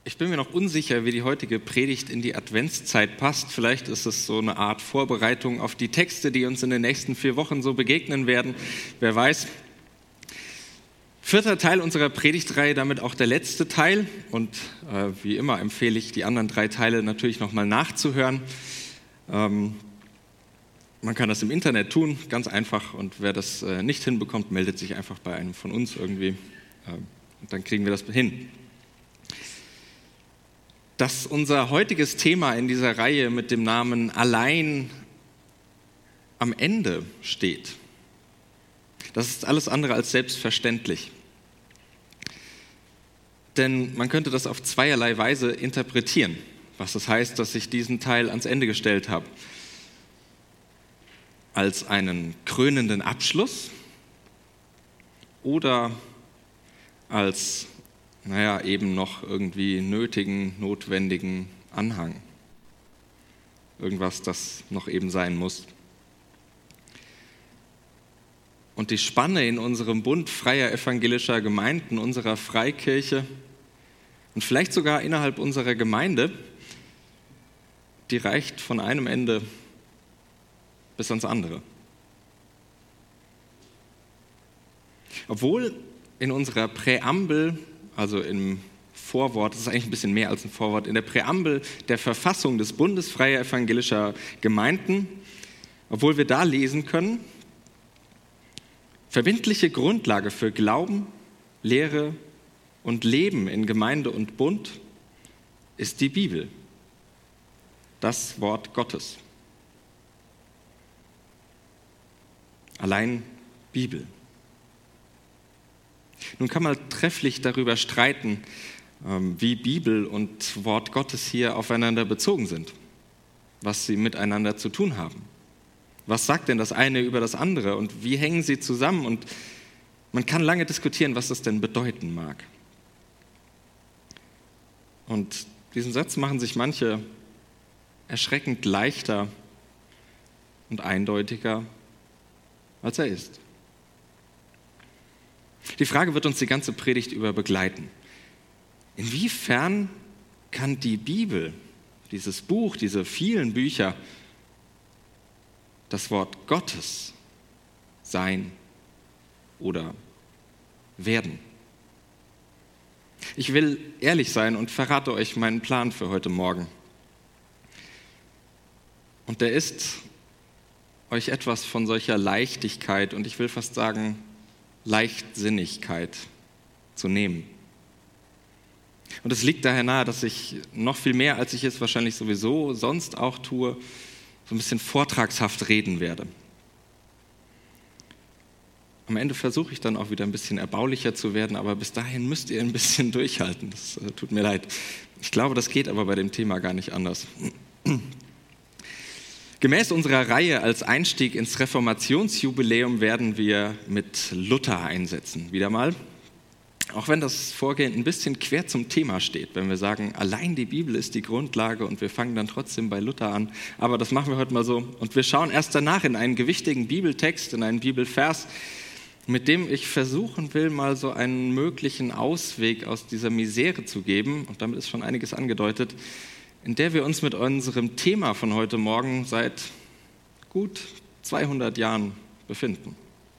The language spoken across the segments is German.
Ich bin mir noch unsicher, wie die heutige Predigt in die Adventszeit passt. Vielleicht ist es so eine Art Vorbereitung auf die Texte, die uns in den nächsten 4 Wochen so begegnen werden. Wer weiß. 4. Teil unserer Predigtreihe, damit auch der letzte Teil. Und wie immer empfehle ich, die anderen 3 Teile natürlich nochmal nachzuhören. Man kann das im Internet tun, ganz einfach. Und wer das nicht hinbekommt, meldet sich einfach bei einem von uns irgendwie. Und dann kriegen wir das hin. Dass unser heutiges Thema in dieser Reihe mit dem Namen Allein am Ende steht, das ist alles andere als selbstverständlich. Denn man könnte das auf zweierlei Weise interpretieren, was das heißt, dass ich diesen Teil ans Ende gestellt habe. Als einen krönenden Abschluss oder als eben noch irgendwie notwendigen Anhang. Irgendwas, das noch eben sein muss. Und die Spanne in unserem Bund freier evangelischer Gemeinden, unserer Freikirche und vielleicht sogar innerhalb unserer Gemeinde, die reicht von einem Ende bis ans andere. Obwohl in unserer Präambel, also im Vorwort, das ist eigentlich ein bisschen mehr als ein Vorwort, in der Präambel der Verfassung des Bundes freier evangelischer Gemeinden, obwohl wir da lesen können, verbindliche Grundlage für Glauben, Lehre und Leben in Gemeinde und Bund ist die Bibel, das Wort Gottes. Allein Bibel. Nun kann man trefflich darüber streiten, wie Bibel und Wort Gottes hier aufeinander bezogen sind, was sie miteinander zu tun haben. Was sagt denn das eine über das andere und wie hängen sie zusammen? Und man kann lange diskutieren, was das denn bedeuten mag. Und diesen Satz machen sich manche erschreckend leichter und eindeutiger, als er ist. Die Frage wird uns die ganze Predigt über begleiten. Inwiefern kann die Bibel, dieses Buch, diese vielen Bücher, das Wort Gottes sein oder werden? Ich will ehrlich sein und verrate euch meinen Plan für heute Morgen. Und der ist, euch etwas von solcher Leichtigkeit und ich will fast sagen, Leichtsinnigkeit zu nehmen. Und es liegt daher nahe, dass ich noch viel mehr, als ich es wahrscheinlich sowieso sonst auch tue, so ein bisschen vortragshaft reden werde. Am Ende versuche ich dann auch wieder ein bisschen erbaulicher zu werden, aber bis dahin müsst ihr ein bisschen durchhalten. Das tut mir leid. Ich glaube, das geht aber bei dem Thema gar nicht anders. Gemäß unserer Reihe als Einstieg ins Reformationsjubiläum werden wir mit Luther einsetzen. Wieder mal. Auch wenn das Vorgehen ein bisschen quer zum Thema steht, wenn wir sagen, allein die Bibel ist die Grundlage und wir fangen dann trotzdem bei Luther an. Aber das machen wir heute mal so. Und wir schauen erst danach in einen gewichtigen Bibeltext, in einen Bibelvers, mit dem ich versuchen will, mal so einen möglichen Ausweg aus dieser Misere zu geben. Und damit ist schon einiges angedeutet, in der wir uns mit unserem Thema von heute Morgen seit gut 200 Jahren befinden.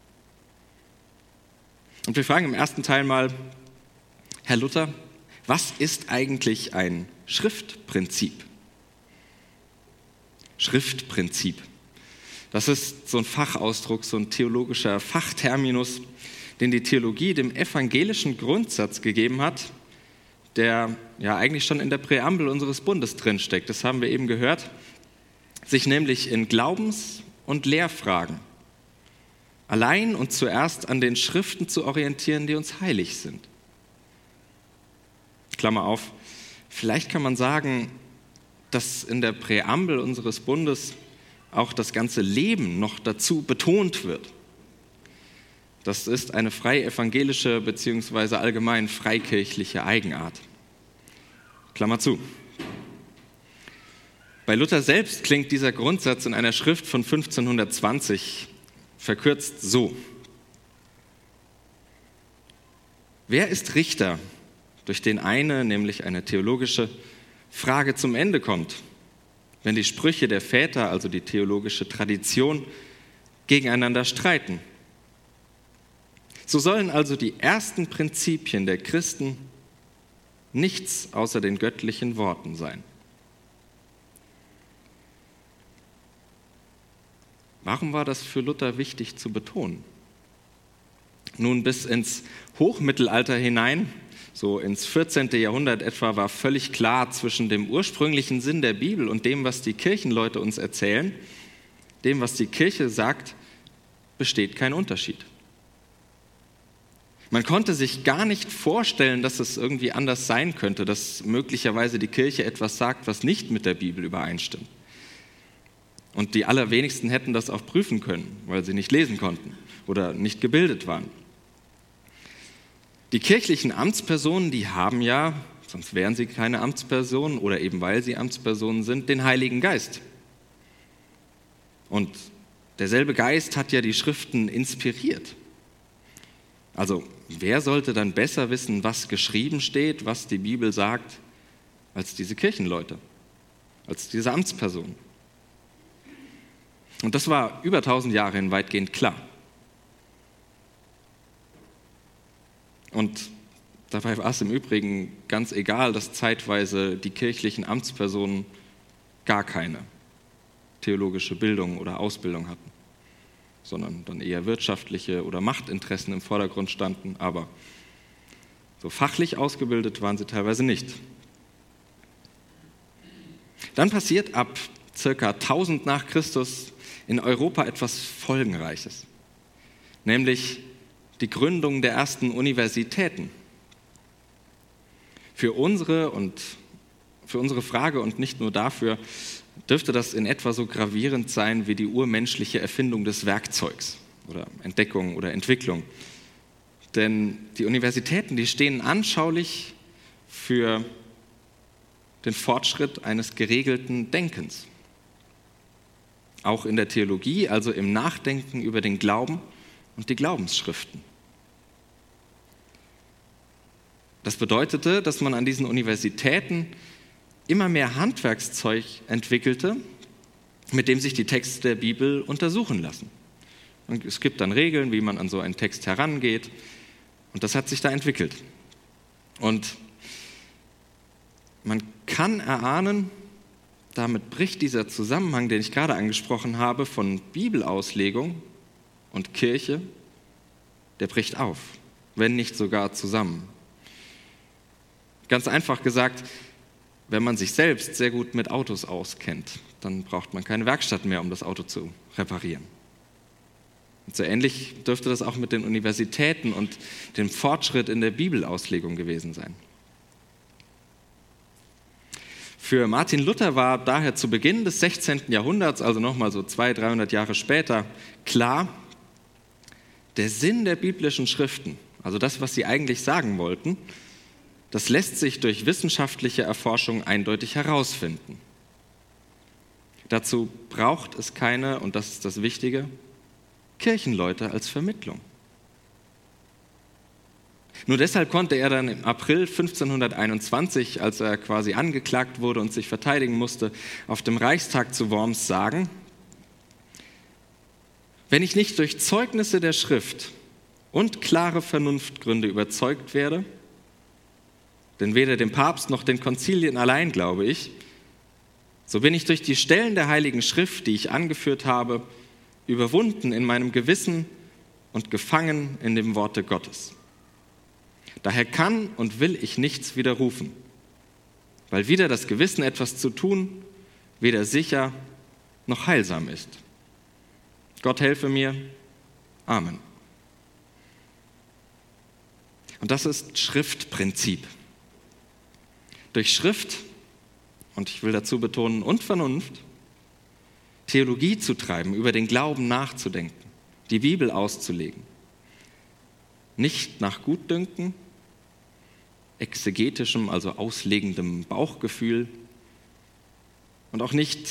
Und wir fragen im ersten Teil mal, Herr Luther, was ist eigentlich ein Schriftprinzip? Schriftprinzip. Das ist so ein Fachausdruck, so ein theologischer Fachterminus, den die Theologie dem evangelischen Grundsatz gegeben hat, der ja eigentlich schon in der Präambel unseres Bundes drinsteckt. Das haben wir eben gehört. Sich nämlich in Glaubens- und Lehrfragen allein und zuerst an den Schriften zu orientieren, die uns heilig sind. Klammer auf, vielleicht kann man sagen, dass in der Präambel unseres Bundes auch das ganze Leben noch dazu betont wird. Das ist eine frei evangelische bzw. allgemein freikirchliche Eigenart. Klammer zu. Bei Luther selbst klingt dieser Grundsatz in einer Schrift von 1520 verkürzt so: Wer ist Richter durch den nämlich eine theologische Frage zum Ende kommt, wenn die Sprüche der Väter, also die theologische Tradition, gegeneinander streiten. So sollen also die ersten Prinzipien der Christen nichts außer den göttlichen Worten sein. Warum war das für Luther wichtig zu betonen? Nun, bis ins Hochmittelalter hinein, so ins 14. Jahrhundert etwa, war völlig klar, zwischen dem ursprünglichen Sinn der Bibel und dem, was die Kirchenleute uns erzählen, dem, was die Kirche sagt, besteht kein Unterschied. Man konnte sich gar nicht vorstellen, dass es irgendwie anders sein könnte, dass möglicherweise die Kirche etwas sagt, was nicht mit der Bibel übereinstimmt. Und die allerwenigsten hätten das auch prüfen können, weil sie nicht lesen konnten oder nicht gebildet waren. Die kirchlichen Amtspersonen, die haben ja, sonst wären sie keine Amtspersonen oder eben weil sie Amtspersonen sind, den Heiligen Geist. Und derselbe Geist hat ja die Schriften inspiriert. Also wer sollte dann besser wissen, was geschrieben steht, was die Bibel sagt, als diese Kirchenleute, als diese Amtspersonen? Und das war über 1000 Jahre hin weitgehend klar. Und dabei war es im Übrigen ganz egal, dass zeitweise die kirchlichen Amtspersonen gar keine theologische Bildung oder Ausbildung hatten, sondern dann eher wirtschaftliche oder Machtinteressen im Vordergrund standen, aber so fachlich ausgebildet waren sie teilweise nicht. Dann passiert ab ca. 1000 nach Christus in Europa etwas Folgenreiches, nämlich die Gründung der ersten Universitäten. Für unsere Frage und nicht nur dafür dürfte das in etwa so gravierend sein wie die urmenschliche Erfindung des Werkzeugs oder Entdeckung oder Entwicklung. Denn die Universitäten, die stehen anschaulich für den Fortschritt eines geregelten Denkens. Auch in der Theologie, also im Nachdenken über den Glauben und die Glaubensschriften. Das bedeutete, dass man an diesen Universitäten immer mehr Handwerkszeug entwickelte, mit dem sich die Texte der Bibel untersuchen lassen. Und es gibt dann Regeln, wie man an so einen Text herangeht. Und das hat sich da entwickelt. Und man kann erahnen, damit bricht dieser Zusammenhang, den ich gerade angesprochen habe, von Bibelauslegung und Kirche, der bricht auf, wenn nicht sogar zusammen. Ganz einfach gesagt, wenn man sich selbst sehr gut mit Autos auskennt, dann braucht man keine Werkstatt mehr, um das Auto zu reparieren. Und so ähnlich dürfte das auch mit den Universitäten und dem Fortschritt in der Bibelauslegung gewesen sein. Für Martin Luther war daher zu Beginn des 16. Jahrhunderts, also nochmal so 200-300 Jahre später, klar, der Sinn der biblischen Schriften, also das, was sie eigentlich sagen wollten, das lässt sich durch wissenschaftliche Erforschung eindeutig herausfinden. Dazu braucht es keine, und das ist das Wichtige, Kirchenleute als Vermittlung. Nur deshalb konnte er dann im April 1521, als er quasi angeklagt wurde und sich verteidigen musste, auf dem Reichstag zu Worms sagen: Wenn ich nicht durch Zeugnisse der Schrift und klare Vernunftgründe überzeugt werde, denn weder dem Papst noch den Konzilien allein glaube ich, so bin ich durch die Stellen der Heiligen Schrift, die ich angeführt habe, überwunden in meinem Gewissen und gefangen in dem Worte Gottes. Daher kann und will ich nichts widerrufen, weil wider das Gewissen etwas zu tun, weder sicher noch heilsam ist. Gott helfe mir. Amen. Und das ist Schriftprinzip. Durch Schrift, und ich will dazu betonen, und Vernunft, Theologie zu treiben, über den Glauben nachzudenken, die Bibel auszulegen. Nicht nach Gutdünken, exegetischem, also auslegendem Bauchgefühl und auch nicht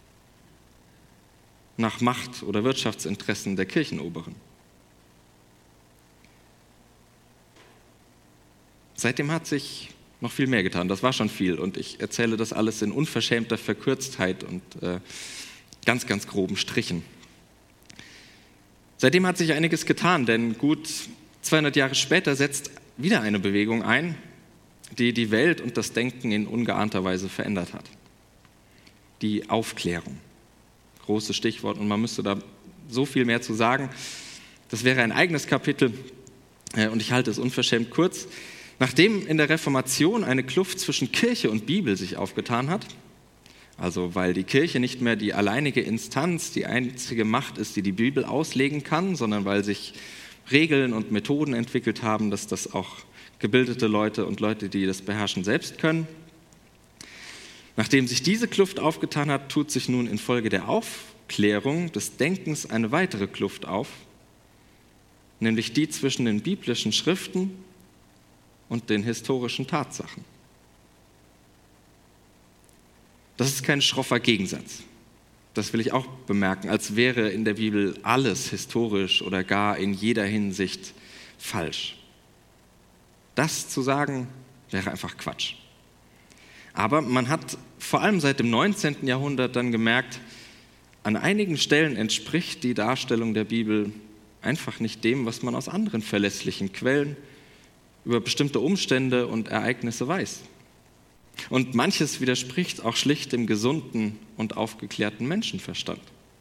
nach Macht- oder Wirtschaftsinteressen der Kirchenoberen. seitdem hat sich noch viel mehr getan. Das war schon viel und ich erzähle das alles in unverschämter Verkürztheit und ganz, ganz groben Strichen. Seitdem hat sich einiges getan, denn gut 200 Jahre später setzt wieder eine Bewegung ein, die die Welt und das Denken in ungeahnter Weise verändert hat. Die Aufklärung. Großes Stichwort und man müsste da so viel mehr zu sagen. Das wäre ein eigenes Kapitel und ich halte es unverschämt kurz. Nachdem in der Reformation eine Kluft zwischen Kirche und Bibel sich aufgetan hat, also weil die Kirche nicht mehr die alleinige Instanz, die einzige Macht ist, die die Bibel auslegen kann, sondern weil sich Regeln und Methoden entwickelt haben, dass das auch gebildete Leute und Leute, die das beherrschen, selbst können. Nachdem sich diese Kluft aufgetan hat, tut sich nun infolge der Aufklärung des Denkens eine weitere Kluft auf, nämlich die zwischen den biblischen Schriften und den historischen Tatsachen. Das ist kein schroffer Gegensatz. Das will ich auch bemerken, als wäre in der Bibel alles historisch oder gar in jeder Hinsicht falsch. Das zu sagen, wäre einfach Quatsch. Aber man hat vor allem seit dem 19. Jahrhundert dann gemerkt, an einigen Stellen entspricht die Darstellung der Bibel einfach nicht dem, was man aus anderen verlässlichen Quellen über bestimmte Umstände und Ereignisse weiß. Und manches widerspricht auch schlicht dem gesunden und aufgeklärten Menschenverstand.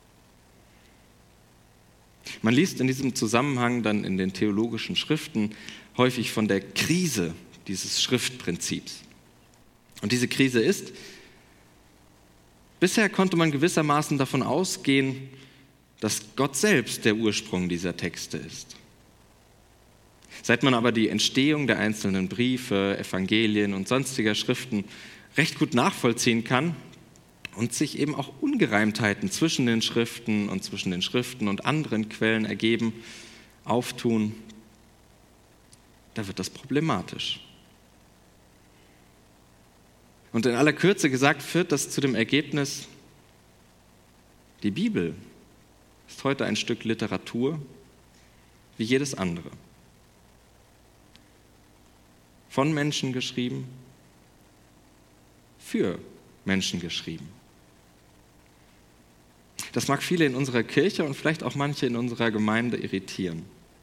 Man liest in diesem Zusammenhang dann in den theologischen Schriften häufig von der Krise dieses Schriftprinzips. Und diese Krise ist, bisher konnte man gewissermaßen davon ausgehen, dass Gott selbst der Ursprung dieser Texte ist. Seit man aber die Entstehung der einzelnen Briefe, Evangelien und sonstiger Schriften recht gut nachvollziehen kann und sich eben auch Ungereimtheiten zwischen den Schriften und anderen Quellen ergeben, auftun, da wird das problematisch. Und in aller Kürze gesagt führt das zu dem Ergebnis, die Bibel ist heute ein Stück Literatur wie jedes andere. Von Menschen geschrieben, für Menschen geschrieben. Das mag viele in unserer Kirche und vielleicht auch manche in unserer Gemeinde irritieren.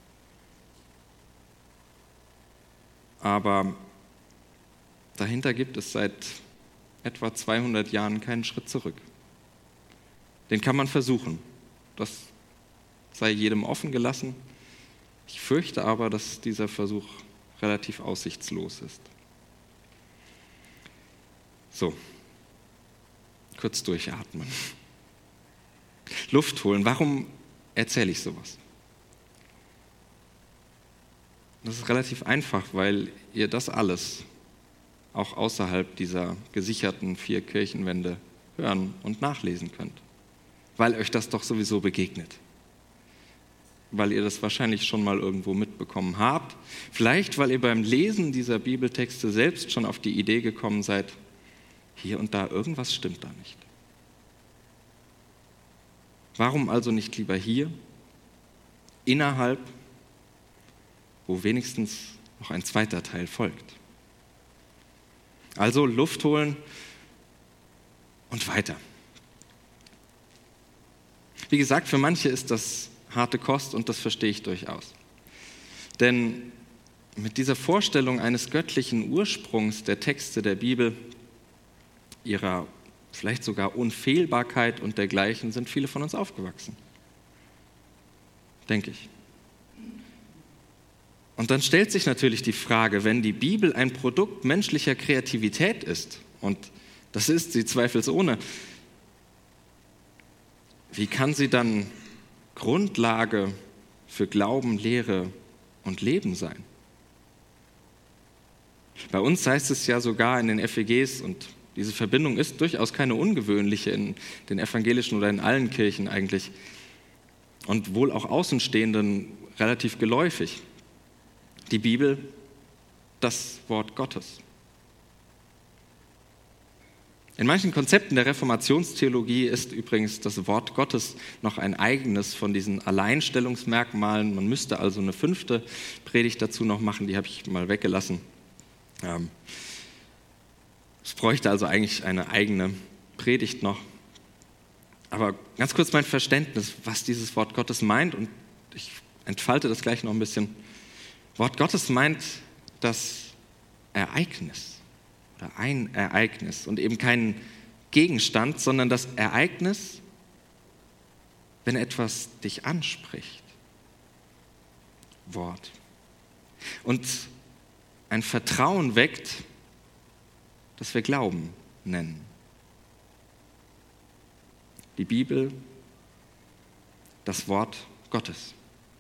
Aber dahinter gibt es seit etwa 200 Jahren keinen Schritt zurück. Den kann man versuchen. Das sei jedem offen gelassen. Ich fürchte aber, dass dieser Versuch relativ aussichtslos ist. So, kurz durchatmen. Luft holen. Warum erzähle ich sowas? Das ist relativ einfach, weil ihr das alles auch außerhalb dieser gesicherten 4 Kirchenwände hören und nachlesen könnt. Weil euch das doch sowieso begegnet. Weil ihr das wahrscheinlich schon mal irgendwo mitbekommen habt. Vielleicht, weil ihr beim Lesen dieser Bibeltexte selbst schon auf die Idee gekommen seid, hier und da irgendwas stimmt da nicht. Warum also nicht lieber hier, innerhalb, wo wenigstens noch ein zweiter Teil folgt? Also Luft holen und weiter. Wie gesagt, für manche ist das harte Kost und das verstehe ich durchaus. Denn mit dieser Vorstellung eines göttlichen Ursprungs der Texte der Bibel, ihrer vielleicht sogar Unfehlbarkeit und dergleichen, sind viele von uns aufgewachsen. Denke ich. Und dann stellt sich natürlich die Frage, wenn die Bibel ein Produkt menschlicher Kreativität ist, und das ist sie zweifelsohne, wie kann sie dann Grundlage für Glauben, Lehre und Leben sein? Bei uns heißt es ja sogar in den FEGs, und diese Verbindung ist durchaus keine ungewöhnliche in den evangelischen oder in allen Kirchen eigentlich und wohl auch Außenstehenden relativ geläufig. Die Bibel, das Wort Gottes. In manchen Konzepten der Reformationstheologie ist übrigens das Wort Gottes noch ein eigenes von diesen Alleinstellungsmerkmalen. Man müsste also eine 5. Predigt dazu noch machen, die habe ich mal weggelassen. Es bräuchte also eigentlich eine eigene Predigt noch. Aber ganz kurz mein Verständnis, was dieses Wort Gottes meint, und ich entfalte das gleich noch ein bisschen. Wort Gottes meint das Ereignis oder ein Ereignis und eben kein Gegenstand, sondern das Ereignis, wenn etwas dich anspricht. Wort. Und ein Vertrauen weckt, das wir Glauben nennen. Die Bibel, das Wort Gottes.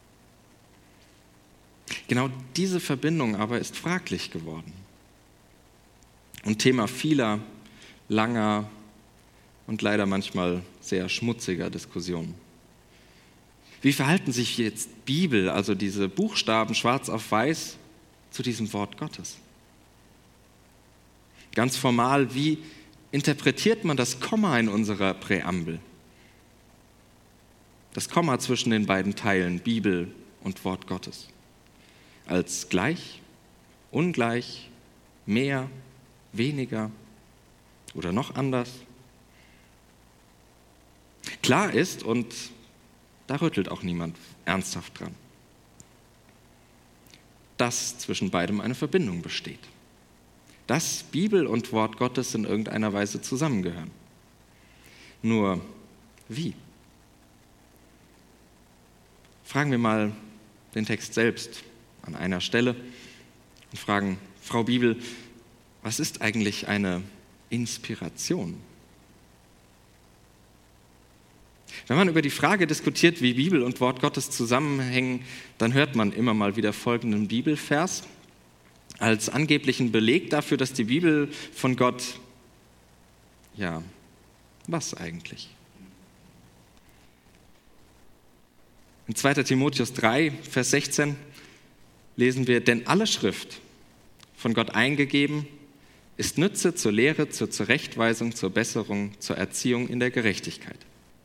Genau diese Verbindung aber ist fraglich geworden und Thema vieler, langer und leider manchmal sehr schmutziger Diskussionen. Wie verhalten sich jetzt Bibel, also diese Buchstaben schwarz auf weiß, zu diesem Wort Gottes? Ganz formal, wie interpretiert man das Komma in unserer Präambel? Das Komma zwischen den beiden Teilen, Bibel und Wort Gottes. Als gleich, ungleich, mehr, weniger oder noch anders? Klar ist, und da rüttelt auch niemand ernsthaft dran, dass zwischen beidem eine Verbindung besteht. Dass Bibel und Wort Gottes in irgendeiner Weise zusammengehören. Nur wie? Fragen wir mal den Text selbst an einer Stelle und fragen, Frau Bibel, was ist eigentlich eine Inspiration? Wenn man über die Frage diskutiert, wie Bibel und Wort Gottes zusammenhängen, dann hört man immer mal wieder folgenden Bibelvers als angeblichen Beleg dafür, dass die Bibel von Gott, ja, was eigentlich? In 2. Timotheus 3, Vers 16 lesen wir, denn alle Schrift, von Gott eingegeben, ist Nütze zur Lehre, zur Zurechtweisung, zur Besserung, zur Erziehung in der Gerechtigkeit.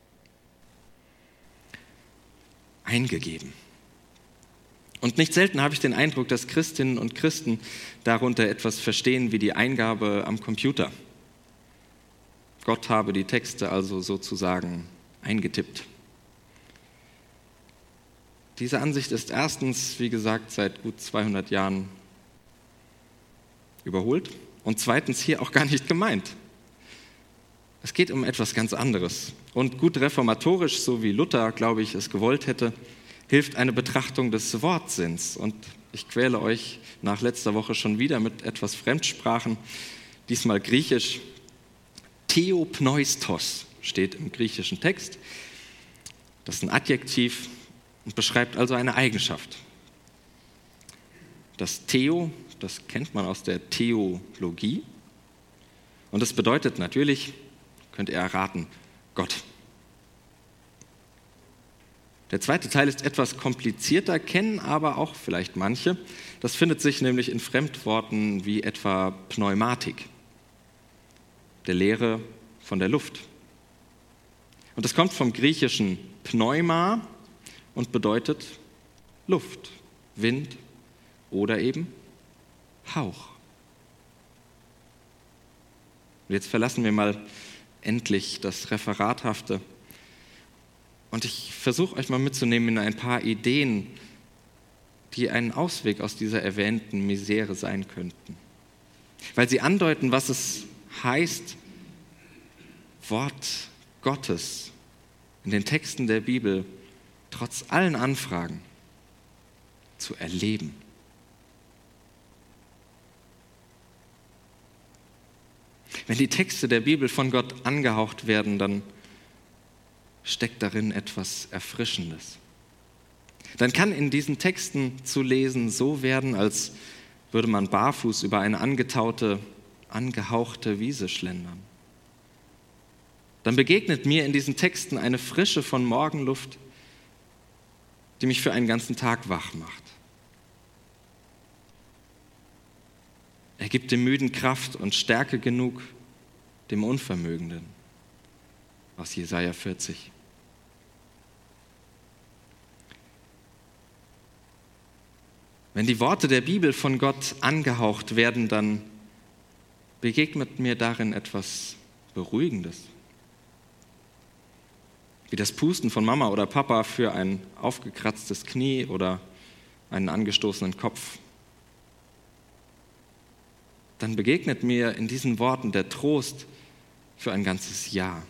Eingegeben. Und nicht selten habe ich den Eindruck, dass Christinnen und Christen darunter etwas verstehen wie die Eingabe am Computer. Gott habe die Texte also sozusagen eingetippt. Diese Ansicht ist erstens, wie gesagt, seit gut 200 Jahren überholt und zweitens hier auch gar nicht gemeint. Es geht um etwas ganz anderes. Und gut reformatorisch, so wie Luther, glaube ich, es gewollt hätte, hilft eine Betrachtung des Wortsinns. Und ich quäle euch nach letzter Woche schon wieder mit etwas Fremdsprachen, diesmal griechisch. Theopneustos steht im griechischen Text. Das ist ein Adjektiv und beschreibt also eine Eigenschaft. Das Theo, das kennt man aus der Theologie. Und das bedeutet natürlich, könnt ihr erraten, Gott. Der zweite Teil ist etwas komplizierter, kennen aber auch vielleicht manche. Das findet sich nämlich in Fremdworten wie etwa Pneumatik, der Lehre von der Luft. Und das kommt vom griechischen Pneuma und bedeutet Luft, Wind oder eben Hauch. Und jetzt verlassen wir mal endlich das Referathafte. Und ich versuche euch mal mitzunehmen in ein paar Ideen, die ein Ausweg aus dieser erwähnten Misere sein könnten. Weil sie andeuten, was es heißt, Wort Gottes in den Texten der Bibel trotz allen Anfragen zu erleben. Wenn die Texte der Bibel von Gott angehaucht werden, dann steckt darin etwas Erfrischendes. Dann kann in diesen Texten zu lesen so werden, als würde man barfuß über eine angehauchte Wiese schlendern. Dann begegnet mir in diesen Texten eine Frische von Morgenluft, die mich für einen ganzen Tag wach macht. Er gibt dem Müden Kraft und Stärke genug, dem Unvermögenden. Aus Jesaja 40. Wenn die Worte der Bibel von Gott angehaucht werden, dann begegnet mir darin etwas Beruhigendes. Wie das Pusten von Mama oder Papa für ein aufgekratztes Knie oder einen angestoßenen Kopf. Dann begegnet mir in diesen Worten der Trost für ein ganzes Jahr.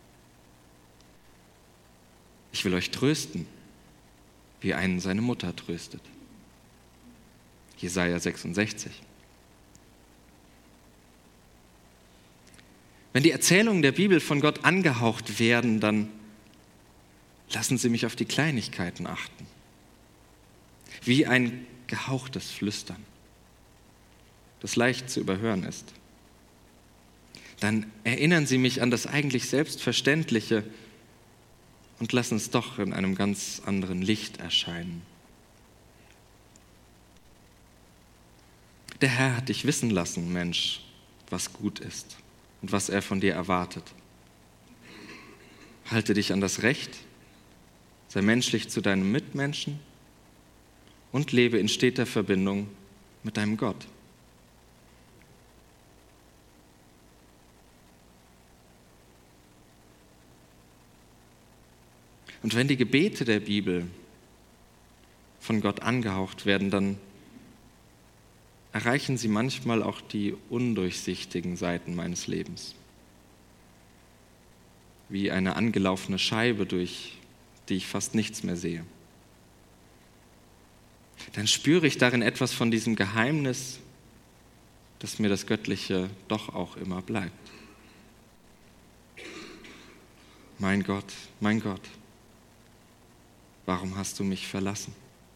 Ich will euch trösten, wie einen seine Mutter tröstet. Jesaja 66. Wenn die Erzählungen der Bibel von Gott angehaucht werden, dann lassen sie mich auf die Kleinigkeiten achten. Wie ein gehauchtes Flüstern, das leicht zu überhören ist. Dann erinnern sie mich an das eigentlich Selbstverständliche und lassen es doch in einem ganz anderen Licht erscheinen. Der Herr hat dich wissen lassen, Mensch, was gut ist und was er von dir erwartet. Halte dich an das Recht, sei menschlich zu deinem Mitmenschen und lebe in steter Verbindung mit deinem Gott. Und wenn die Gebete der Bibel von Gott angehaucht werden, dann erreichen sie manchmal auch die undurchsichtigen Seiten meines Lebens. Wie eine angelaufene Scheibe, durch die ich fast nichts mehr sehe. Dann spüre ich darin etwas von diesem Geheimnis, dass mir das Göttliche doch auch immer bleibt. Mein Gott, warum hast du mich verlassen?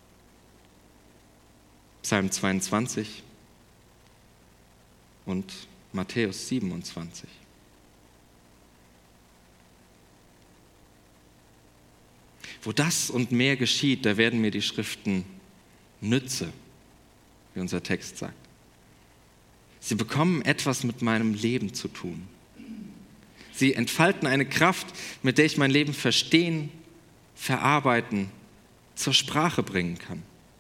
Psalm 22 und Matthäus 27. Wo das und mehr geschieht, da werden mir die Schriften Nütze, wie unser Text sagt. Sie bekommen etwas mit meinem Leben zu tun. Sie entfalten eine Kraft, mit der ich mein Leben verstehen, verarbeiten, zur Sprache bringen kann.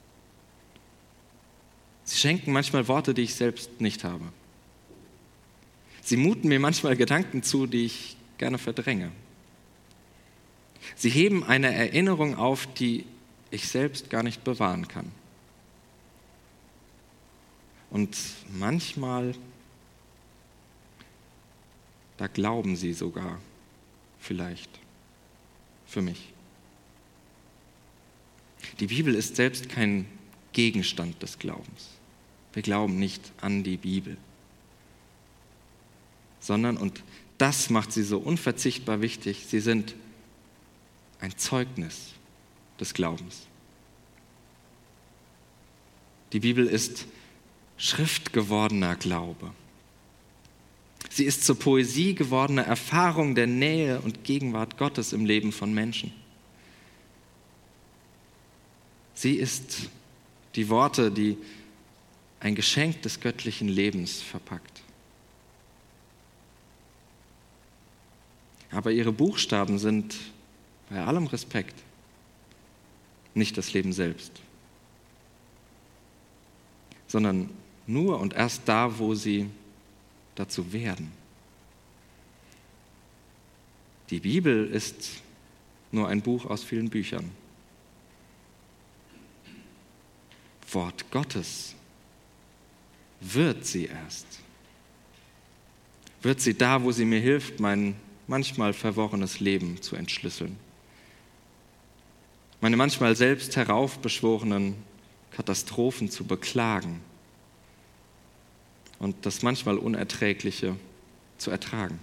Sie schenken manchmal Worte, die ich selbst nicht habe. Sie muten mir manchmal Gedanken zu, die ich gerne verdränge. Sie heben eine Erinnerung auf, die ich selbst gar nicht bewahren kann. Und manchmal, da glauben sie sogar vielleicht für mich. Die Bibel ist selbst kein Gegenstand des Glaubens. Wir glauben nicht an die Bibel, sondern, und das macht sie so unverzichtbar wichtig, sie sind ein Zeugnis des Glaubens. Die Bibel ist schriftgewordener Glaube. Sie ist zur Poesie gewordene Erfahrung der Nähe und Gegenwart Gottes im Leben von Menschen. Sie ist die Worte, die ein Geschenk des göttlichen Lebens verpackt. Aber ihre Buchstaben sind, bei allem Respekt, nicht das Leben selbst, sondern nur und erst da, wo sie dazu werden. Die Bibel ist nur ein Buch aus vielen Büchern. Wort Gottes wird sie erst. Wird sie da, wo sie mir hilft, mein manchmal verworrenes Leben zu entschlüsseln. Meine manchmal selbst heraufbeschworenen Katastrophen zu beklagen und das manchmal Unerträgliche zu ertragen.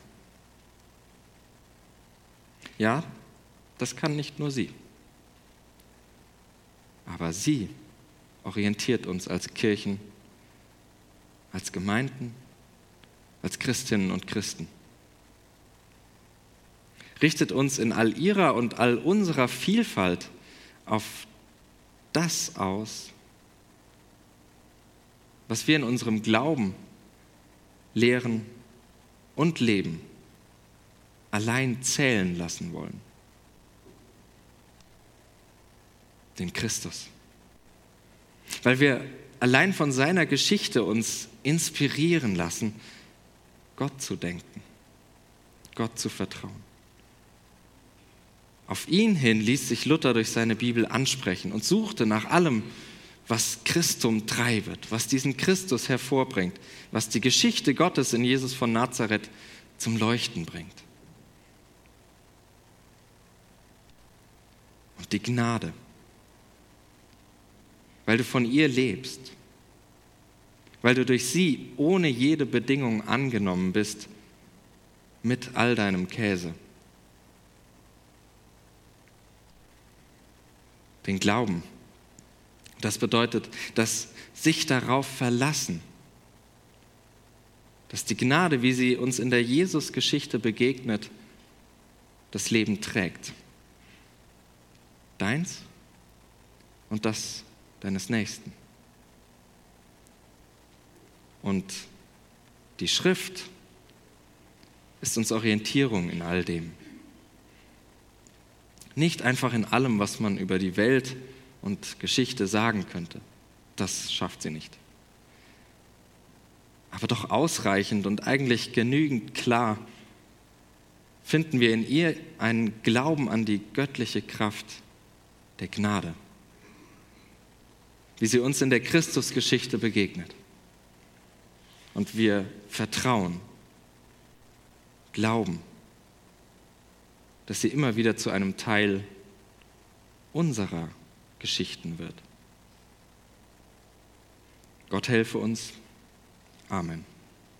Ja, das kann nicht nur sie. Aber sie orientiert uns als Kirchen, als Gemeinden, als Christinnen und Christen. Richtet uns in all ihrer und all unserer Vielfalt auf das aus, was wir in unserem Glauben, Lehren und Leben allein zählen lassen wollen. Den Christus. weil wir allein von seiner Geschichte uns inspirieren lassen, Gott zu denken, Gott zu vertrauen. Auf ihn hin ließ sich Luther durch seine Bibel ansprechen und suchte nach allem, was Christum treibt, was diesen Christus hervorbringt, was die Geschichte Gottes in Jesus von Nazareth zum Leuchten bringt. Und die Gnade, weil du von ihr lebst, weil du durch sie ohne jede Bedingung angenommen bist, mit all deinem Käse. Den Glauben, das bedeutet, dass sich darauf verlassen, dass die Gnade, wie sie uns in der Jesus-Geschichte begegnet, das Leben trägt. Deins und das deines Nächsten. Und die Schrift ist uns Orientierung in all dem. Nicht einfach in allem, was man über die Welt und Geschichte sagen könnte. Das schafft sie nicht. Aber doch ausreichend und eigentlich genügend klar finden wir in ihr einen Glauben an die göttliche Kraft der Gnade, wie sie uns in der Christusgeschichte begegnet. Und wir vertrauen, glauben, dass sie immer wieder zu einem Teil unserer Geschichten wird. Gott helfe uns. Amen.